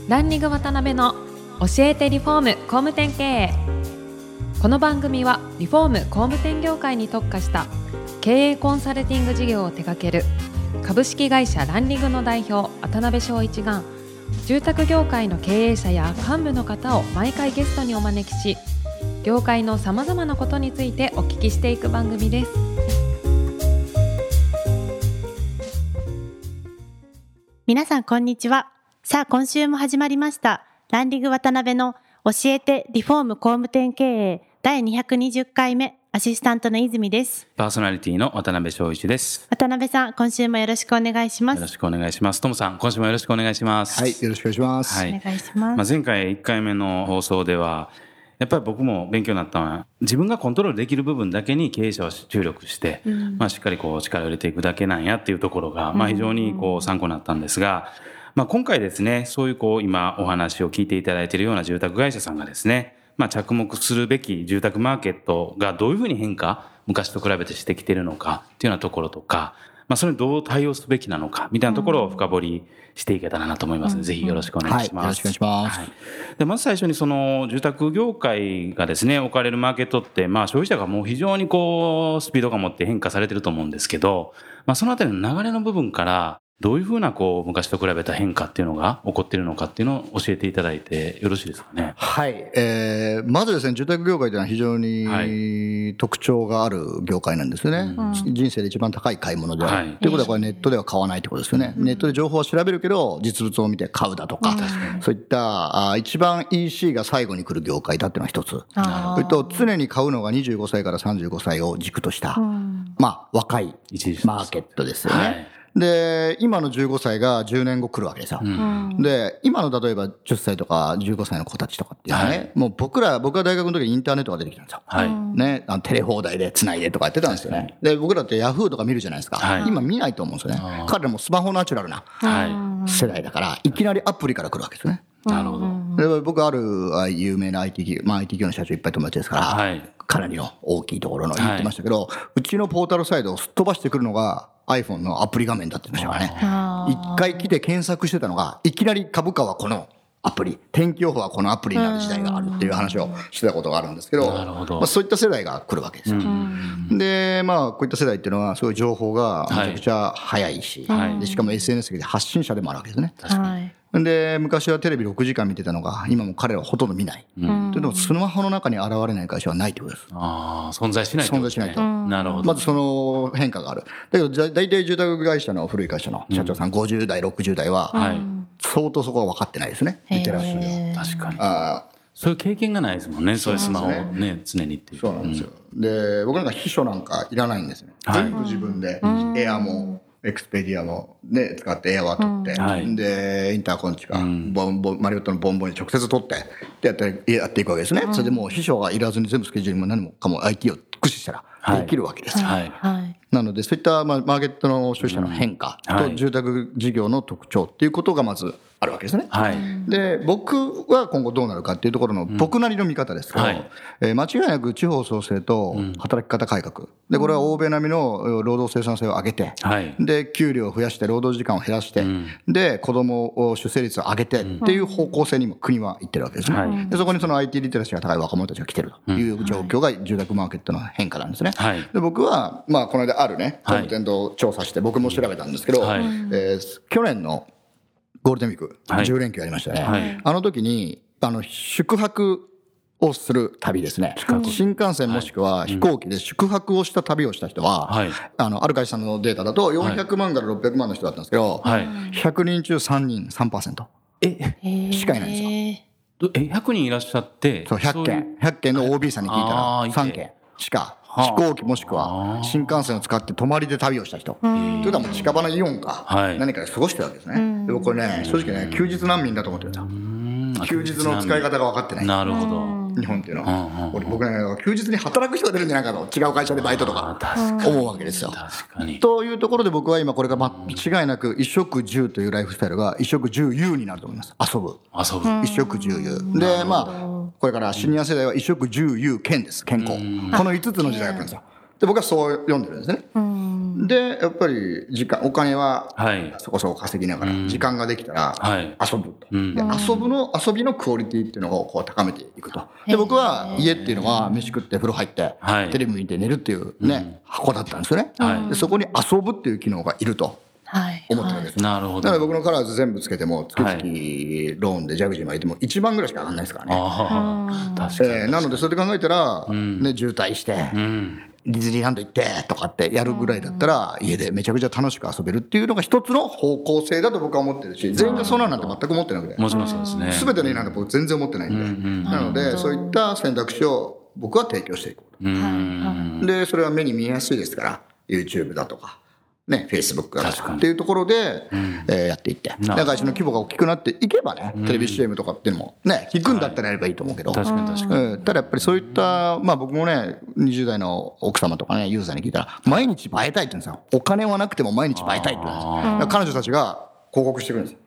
ランニング渡辺の教えてリフォーム工務店経営。この番組はリフォーム工務店業界に特化した経営コンサルティング事業を手掛ける株式会社ランリングの代表渡辺翔一が、住宅業界の経営者や幹部の方を毎回ゲストにお招きし、業界のさまざまなことについてお聞きしていく番組です。 皆さんこんにちは。さあ今週も始まりましたランリング渡辺の教えてリフォーム工務店経営第220回目、アシスタントの泉です。 パーソナリティの渡辺翔一です。 渡辺さん、今週もよろしくお願いします。 よろしくお願いします。トムさん、今週もよろしくお願いします。 はい、よろしくお願いします。 はい、 お願いします。 前回1回目の放送ではやっぱり僕も勉強になったのは、自分がコントロールできる部分だけに経営者は注力して、しっかり力を入れていくだけなんやっていうところが、非常に参考になったんですが、今回ですね、そういう今お話を聞いていただいているような住宅会社さんがですね、着目するべき住宅マーケットがどういうふうに変化、昔と比べてしてきているのかっていうようなところとか、それにどう対応すべきなのかみたいなところを深掘りしていけたらなと思いますので、ぜひよろしくお願いします。 はい、よろしくお願いします。 でまず最初にその住宅業界がですね置かれるマーケットって、消費者がもう非常にスピード感を持って変化されてると思うんですけど、そのあたりの流れの部分からどういうふうな昔と比べた変化っていうのが起こっているのかっていうのを教えていただいてよろしいですかね。 はい、まずですね、住宅業界というのは非常に特徴がある業界なんですよね。人生で一番高い買い物である、ということはこれネットでは買わないということですよね。ネットで情報を調べるけど実物を見て買うだとか、そういった一番 EC が最後に来る業界だっていうのは一つ。それと常に買うのが25歳から35歳を軸とした、若いマーケットですよね。で、今の15歳が10年後来るわけですよ。で、今の例えば10歳とか15歳の子たちとかっていうのはね、もう僕は大学の時にインターネットが出てきたんですよ。ね、テレ放題で繋いでとかやってたんですよね。で、僕らってヤフーとか見るじゃないですか。今見ないと思うんですよね。彼らもスマホナチュラルな世代だから、いきなりアプリから来るわけですよね。 なるほど。 で、僕ある有名な IT 企業、IT 企業の社長いっぱい友達ですから、かなりの大きいところの言ってましたけど、うちのポータルサイトをすっ飛ばしてくるのがiPhone のアプリ画面だって言いましたからね。一回来て検索してたのが、いきなり株価はこのアプリ、天気予報はこのアプリになる時代があるっていう話をしてたことがあるんですけど、そういった世代が来るわけですよ。で、こういった世代っていうのはそういう情報がめちゃくちゃ早いし、でしかも SNS で発信者でもあるわけですね。確かに。で、昔はテレビ6時間見てたのが、今も彼らはほとんど見ない。というのも、スマホの中に現れない会社はないということです。 存在しないと。 存在しないと。 なるほど。 まずその変化がある。だけど、大体住宅会社の古い会社の社長さん、50代、60代は、相当そこは分かってないですね。リテラシーが。 確かに。そういう経験がないですもんね。そういうスマホをね、常にっていう。 そうなんですよ。で、僕なんか秘書なんかいらないんですね。全部自分で、エアも、エクスペディアもね、使ってエアは取って、で、インターコンチか、マリオットのボンボンに直接取って、やっていくわけですね。それでもう秘書がいらずに全部スケジュールも何もかも IT を駆使したらできるわけですよ。なので、そういったマーケットの消費者の変化と住宅事業の特徴っていうことがまずあるわけですね。で、僕は今後どうなるかっていうところの僕なりの見方ですけど、間違いなく地方創生と働き方改革。で、これは欧米並みの労働生産性を上げて、で、給料を増やして労働時間を減らして、で、子供を出生率を上げてっていう方向性にも国は行ってるわけですね。で、そこにその IT リテラシーが高い若者たちが来てるという状況が住宅マーケットの変化なんですね。で、僕は、この間あるね、工務店と調査して僕も調べたんですけど、去年のゴールデンウィーク、10連休ありましたね。あの時に、宿泊をする旅ですね。新幹線もしくは飛行機で宿泊をした旅をした人は、ある会社さんのデータだと400万から600万の人だったんですけど、100人中3人、3%。しかいないんですよ。 100人いらっしゃって、 そう、100件の OB さんに聞いたら3件しか。飛行機もしくは新幹線を使って泊まりで旅をした人。ということはもう近場のイオンか何かで過ごしてるわけですね。でもこれね、正直ね、休日難民だと思ってるんですよ。休日の使い方が分かってない。 なるほど。 日本っていうのは。僕ね、休日に働く人が出るんじゃないかと。違う会社でバイトとか思うわけですよ。 確かに。 というところで僕は今これが間違いなく衣食住というライフスタイルが衣食住優になると思います。遊ぶ。衣食住優。で、これからシニア世代は衣食住優健です。健康。この5つの時代が来るんですよ。 で僕はそう読んでるんですね。でやっぱりお金はそこそこ稼ぎながら時間ができたら遊ぶと、で遊びのクオリティっていうのをこう高めていくと。で僕は家っていうのは飯食って風呂入ってテレビ見て寝るっていうね、箱だったんですよね。でそこに遊ぶっていう機能がいると思ってるわけです。 なるほど。 だから僕のカラーズ全部つけても月々ローンでジャグジーまで行っても1万ぐらいしか上がんないですからね。確かになのでそれで考えたら、ね、渋滞して、ディズニーランド行ってとかってやるぐらいだったら家でめちゃくちゃ楽しく遊べるっていうのが一つの方向性だと僕は思ってるし、全員がそうなんて全く思ってなくて、 もちろんそうですね。 全ての家なんて僕全然思ってないんで、なのでそういった選択肢を僕は提供していこうと。でそれは目に見えやすいですから YouTube だとかね、Facebook だとかっていうところで、やっていって、会社の規模が大きくなっていけばね、テレビ CM とかっていうのもね、聞くんだったらやればいいと思うけど、ただやっぱりそういった、まあ僕もね、20代の奥様とかね、ユーザーに聞いたら、毎日映えたいって言うんですよ。お金はなくても毎日映えたいって言うんですよ。彼女たちが広告してくるんですよ。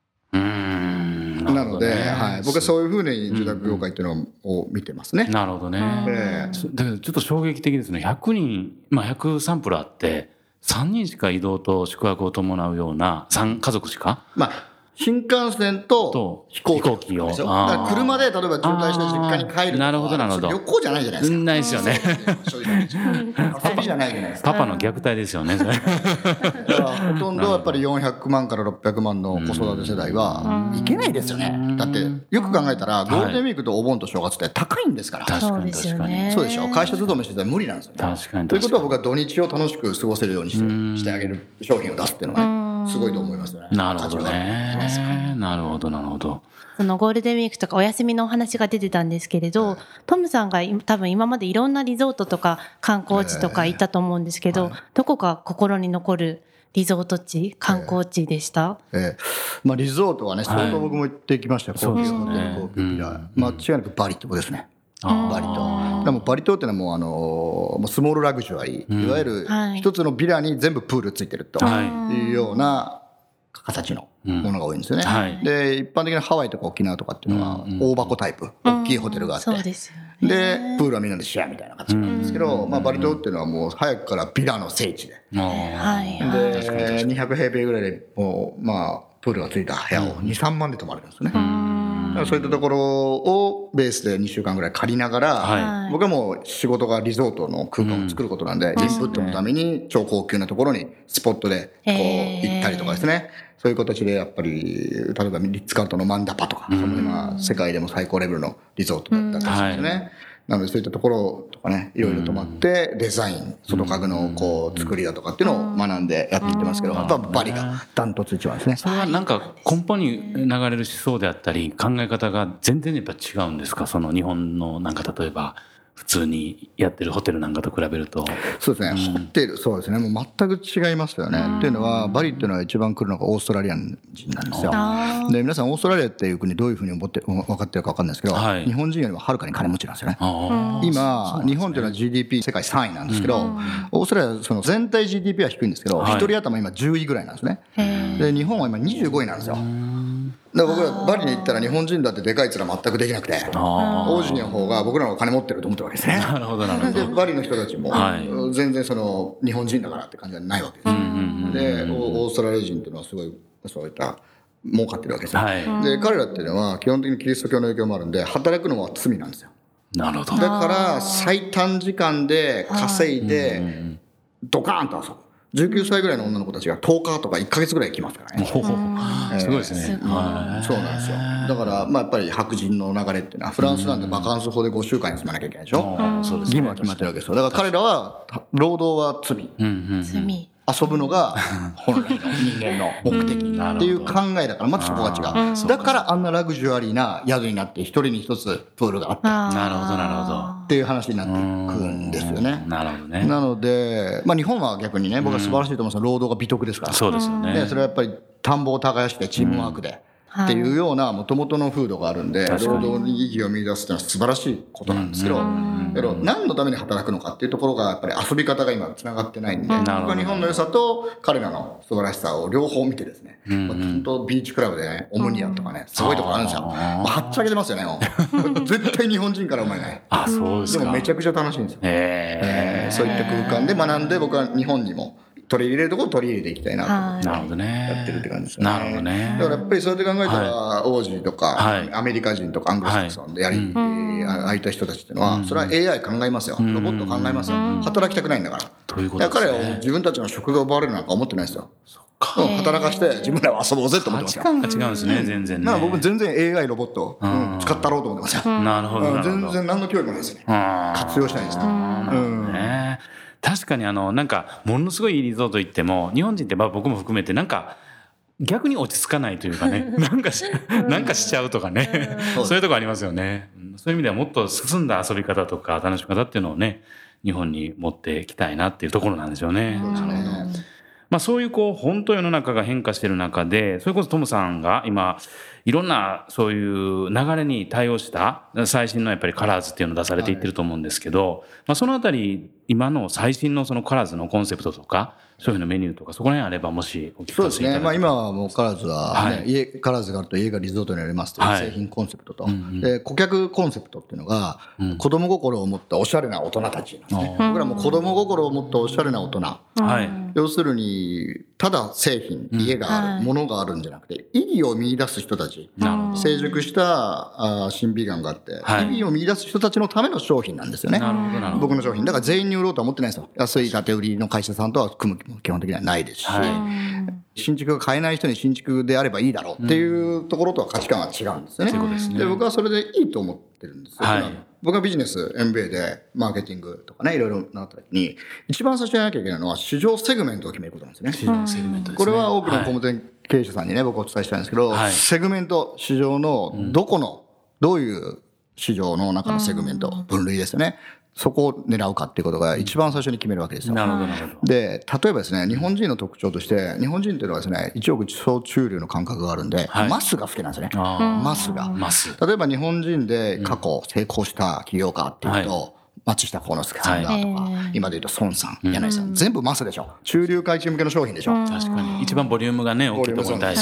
なので、僕はそういうふうに住宅業界っていうのを見てますね。 なるほどね。だけどちょっと衝撃的ですね。100人、100サンプルあって、3人しか移動と宿泊を伴うような3家族しか、 新幹線と飛行機を。だから車で例えば渋滞して実家に帰るとか、 なるほどなるほど。 旅行じゃないじゃないですか。 ないですよね。 遊びじゃないじゃないですか。 パパの虐待ですよね。 だからほとんどやっぱり400万から600万の子育て世代はいけないですよね。だってよく考えたらゴールデンウィークとお盆と正月って高いんですから。 確かに確かに。 そうでしょ。会社勤めしてたら無理なんですよね。 確かに。 ということは僕は土日を楽しく過ごせるようにしてあげる商品を出すっていうのはね、すごいと思いますよね。 なるほどね。なるほどなるほど。 そのゴールデンウィークとかお休みのお話が出てたんですけれど、トムさんが多分今までいろんなリゾートとか観光地とか行ったと思うんですけど、どこか心に残るリゾート地、観光地でした？ リゾートはね、相当僕も行ってきましたよ。高級ホテル、高級ビラ。間違いなくバリ島ですね。バリ島。でもバリ島ってのはもうスモールラグジュアリー、いわゆる一つのビラに全部プールついてるというような形のものが多いんですよね。で一般的なハワイとか沖縄とかっていうのは大箱タイプ、大きいホテルがあって、でプールはみんなでシェアみたいな形なんですけど、バリ島っていうのはもう早くからビラの聖地で、で200平米ぐらいでもうプールがついた部屋を2、3万で泊まれるんですよね。そういったところをベースで2週間ぐらい借りながら、僕はもう仕事がリゾートの空間を作ることなんで、インプットのために超高級なところにスポットでこう行ったりとかですね、そういう形でやっぱり例えばリッツ・カールトンのマンダパとか、その今世界でも最高レベルのリゾートだったりするんですね。なのでそういったところとかね、いろいろ泊まってデザイン、外家具のこう作りだとかっていうのを学んでやっていってますけど、やっぱバリがダントツ一番ですね。 それはなんか根本に流れる思想であったり考え方が全然やっぱ違うんですか？その日本のなんか例えば普通にやってるホテルなんかと比べると。 そうですね、ホテル、そうですね、もう全く違いますよね。っていうのはバリっていうのは一番来るのがオーストラリア人なんですよ。で皆さんオーストラリアっていう国どういうふうに分かってるか分かんないですけど、日本人よりもはるかに金持ちなんですよね。今日本っていうのは GDP 世界3位なんですけど、オーストラリアはその全体 GDP は低いんですけど、1人頭今10位ぐらいなんですね。で日本は今25位なんですよ。だから僕らバリに行ったら日本人だってでかい面全くできなくて、王子の方が僕らの金持ってると思ってるわけですね。 なるほどなるほど。 でバリの人たちも全然その日本人だからって感じじゃないわけです。でオーストラリア人っていうのはすごいそういった儲かってるわけですよ。で彼らっていうのは基本的にキリスト教の影響もあるんで、働くのは罪なんですよ。 なるほど。 だから最短時間で稼いでドカーンと遊ぶ。19歳ぐらいの女の子たちが10日とか1ヶ月ぐらい来ますからね。 すごいですね。 そうなんですよ。だからやっぱり白人の流れっていうのはフランスなんてバカンス法で5週間休まなきゃいけないでしょ。義務は決まってるわけですよ。だから彼らは労働は罪、遊ぶのが本来の人間の目的っていう考えだから、まずそこが違う。だからあんなラグジュアリーな宿になって一人に一つプールがあって、 なるほどなるほどっていう話になってくるんですよね。 なるほどね。 なので日本は逆にね、僕は素晴らしいと思うんですよ。労働が美徳ですから。 そうですよね。 それはやっぱり田んぼを耕してチームワークでっていうような元々の風土があるんで、労働に意義を見出すっていうのは素晴らしいことなんですけど、何のために働くのかっていうところがやっぱり遊び方が今つながってないんで、僕は日本の良さと彼らの素晴らしさを両方見てですね、本当ビーチクラブでね、オムニアとかね、すごいところあるんですよ。はっちゃけてますよね。絶対日本人からうまいね。 そうですか。 でもめちゃくちゃ楽しいんですよ。そういった空間で学んで、僕は日本にも取り入れるところを取り入れていきたいなと思ってやってるって感じですね。 なるほどね。 だからやっぱりそうやって考えたら、オージーとかアメリカ人とかアングロサクソンでああいった人たちっていうのは、それは AI 考えますよ、ロボット考えますよ、働きたくないんだから。だから彼は自分たちの職が奪われるなんか思ってないですよ。働かして自分らは遊ぼうぜと思ってますよ。 違うんですね、全然ね。 だから僕全然 AI ロボットを使ったろうと思ってますよ。 なるほど。 全然何の教育もないですね。活用したいんですね。 確かになんかものすごいいいリゾート行っても日本人って僕も含めてなんか逆に落ち着かないというかねなんかしちゃうとかねそういうとこありますよね。そういう意味ではもっと進んだ遊び方とか楽しみ方っていうのをね日本に持っていきたいなっていうところなんでしょうね。そういう本当世の中が変化している中で、それこそトムさんが今いろんなそういう流れに対応した最新のやっぱりカラーズっていうのを出されていってると思うんですけど、そのあたり今の最新のそのカラーズのコンセプトとか商品のメニューとかそこら辺あればもしお聞かせいただけたら。 そうですね。今はもうカラーズは、カラーズがあると家がリゾートになりますという製品コンセプトと、で顧客コンセプトっていうのが、子供心を持ったおしゃれな大人たちなんですね。僕らも子供心を持ったおしゃれな大人、要するにただ製品、家がある、物があるんじゃなくて意義を見出す人たち、成熟した審美眼があって、意義を見出す人たちのための商品なんですよね。僕の商品だから全員に売ろうとは思ってないですよ。安い建て売りの会社さんとは組む気も基本的にはないですし、新築が買えない人に新築であればいいだろうっていうところとは価値観は違うんですよね。で僕はそれでいいと思ってるんですよ。僕はビジネス MBA でマーケティングとかねいろいろなった時に一番最初にやらなきゃいけないのは市場セグメントを決めることなんですね。これは多くの工務店経営者さんにね僕お伝えしたいんですけど、セグメント、市場のどういう市場の中のセグメント、分類ですよね。そこを狙うかっていうことが一番最初に決めるわけですよ。で、例えばですね、日本人の特徴として、日本人っていうのはですね、一億総中流の感覚があるんで、マスが好きなんですよね。マスが。例えば日本人で過去成功した起業家っていうと、松下幸之助さんだとか、今で言うと孫さん、柳井さん、全部マスでしょ。中流階級向けの商品でしょ。 確かに。一番ボリュームがね、大きいところに対して。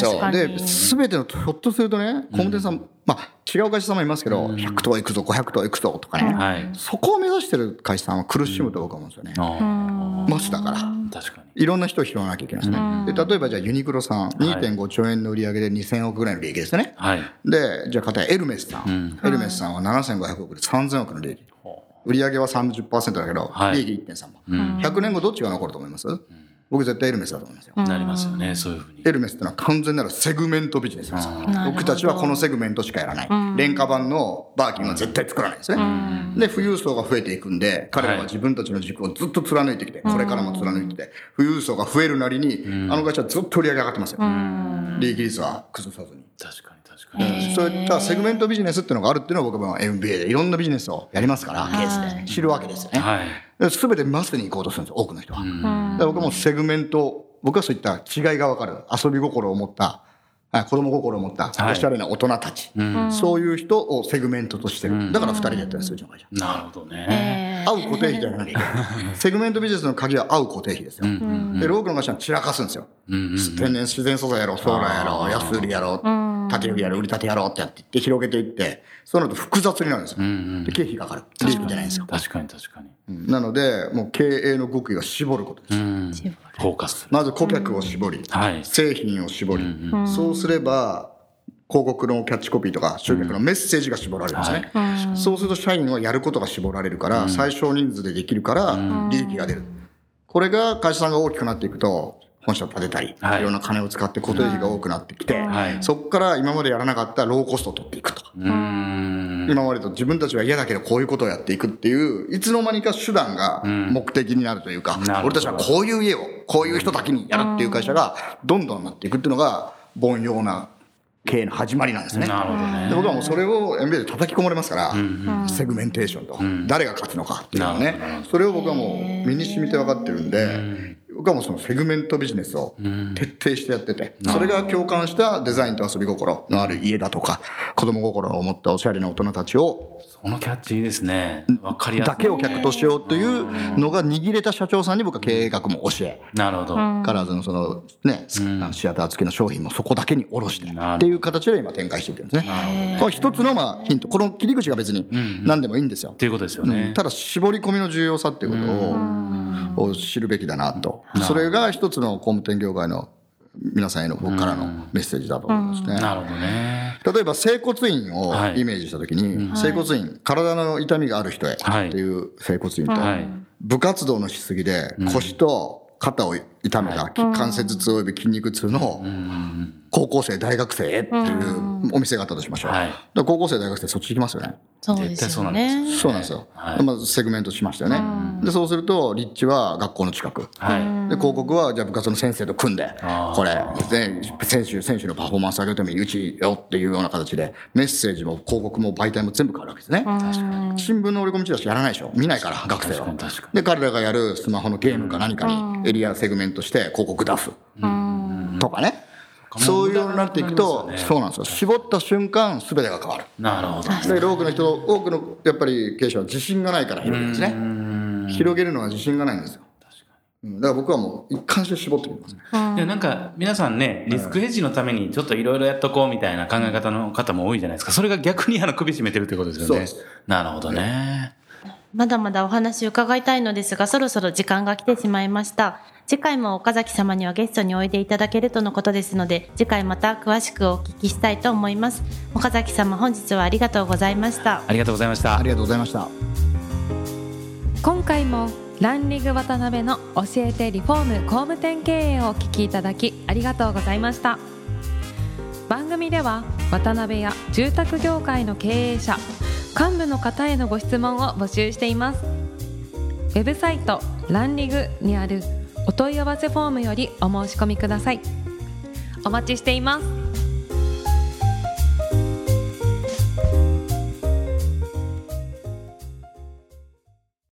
で、すべての、ひょっとするとね、工務店さん、違う会社さんもいますけど、100頭いくぞ、500頭いくぞとかね、そこを目指してる会社さんは苦しむと僕は思うんですよね。マスだから。確かに。いろんな人を拾わなきゃいけないですね。で、例えばじゃあユニクロさん、2.5 兆円の売り上げで2000億ぐらいの利益ですよね。で、じゃあ片やエルメスさん。エルメスさんは7500億で3000億の利益。売り上げは 30% だけど、利益 1.3 万。100年後どっちが残ると思います？僕絶対エルメスだと思いますよ。 なりますよね、そういうふうに。 エルメスってのは完全なるセグメントビジネスです。僕たちはこのセグメントしかやらない。廉価版のバーキンは絶対作らないですね。で、富裕層が増えていくんで、彼らは自分たちの軸をずっと貫いてきて、これからも貫いてて、富裕層が増えるなりに、あの会社はずっと売り上げ上がってますよ。利益率は崩さずに。 確かに。 そういったセグメントビジネスっていうのがあるっていうのは僕は MBA でいろんなビジネスをやりますから、ケースで知るわけですよね。全てマスに行こうとするんですよ、多くの人は。だから僕もセグメント、僕はそういった違いが分かる、遊び心を持った、子供心を持ったおしゃれな大人たち、そういう人をセグメントとしてる。だから2人でやってるんですよ、うちの会社。 なるほどね。 合う固定費じゃない。セグメントビジネスの鍵は合う固定費ですよ。で、多くの会社は散らかすんですよ。天然自然素材やろう、ソーラーやろう、安売りやろう。竹売りやろう、売り立てやろうってやっていって広げていって、そうなると複雑になるんですよ。で、経費がかかる。利益じゃないんですよ。 確かに。 なので、もう経営の極意は絞ることです。 フォーカス。 まず顧客を絞り、製品を絞り、そうすれば、広告のキャッチコピーとか集客のメッセージが絞られるんですね。そうすると社員はやることが絞られるから、最小人数でできるから利益が出る。これが会社さんが大きくなっていくと、本社を建てたり、いろんな金を使って固定費が多くなってきて、そこから今までやらなかったローコストを取っていくと。今までと自分たちは嫌だけどこういうことをやっていくっていう、いつの間にか手段が目的になるというか、俺たちはこういう家を、こういう人だけにやるっていう会社がどんどんなっていくっていうのが、凡庸な経営の始まりなんですね。で僕はもうそれを MBA で叩き込まれますから、セグメンテーションと、誰が勝つのかっていうのはね、それを僕はもう身に染みて分かってるんで、僕僕はもうそのセグメントビジネスを徹底してやってて、それが共感したデザインと遊び心のある家だとか、子供心を持ったおしゃれな大人たちを、 そのキャッチいいですね。わかりやすい。 だけを客としようというのが握れた社長さんに僕は経営学も教え。 なるほど。 カラーズのそのね、シアター付きの商品もそこだけに卸してっていう形で今展開していってるんですね。これ一つのまあヒント。この切り口が別に何でもいいんですよ。 っていうことですよね。 ただ絞り込みの重要さっていうことを知るべきだなと。それが一つの工務店業界の皆さんへの僕からのメッセージだと思いますね。 なるほどね。 例えば整骨院をイメージしたときに、整骨院、体の痛みがある人へっていう整骨院と、部活動のしすぎで腰と肩を痛めた関節痛および筋肉痛の高校生大学生へっていうお店があったとしましょう。だから高校生大学生そっち行きますよね。 そうですよね。 そうなんですよ。まずセグメントしましたよね。でそうすると立地は学校の近く、で広告はじゃあ部活の先生と組んでこれ選手のパフォーマンス上げるためにうちよっていうような形でメッセージも広告も媒体も全部変わるわけですね。新聞の折り込みチラシやらないでしょ。見ないから学生は。で彼らがやるスマホのゲームか何かにエリアセグメントして広告出すとかね。そういうようになっていくと、そうなんですよ。絞った瞬間全てが変わる。 なるほど。 で多くのやっぱり経営者は自信がないから広げるんですね。広げるのは自信がないんですよ。だから僕はもう一貫して絞ってみます。 なんか皆さんね、リスクヘッジのためにちょっといろいろやっとこうみたいな考え方の方も多いじゃないですか。それが逆に首絞めてるということですよね。そうです。なるほどね。 まだまだお話伺いたいのですが、そろそろ時間が来てしまいました。次回も岡崎様にはゲストにおいでいただけるとのことですので、次回また詳しくお聞きしたいと思います。岡崎様、本日はありがとうございました。 ありがとうございました。 ありがとうございました。 今回もランリグ渡辺の教えてリフォーム工務店経営をお聞きいただきありがとうございました。番組では渡辺や住宅業界の経営者、幹部の方へのご質問を募集しています。ウェブサイトランリグにあるお問い合わせフォームよりお申し込みください。お待ちしています。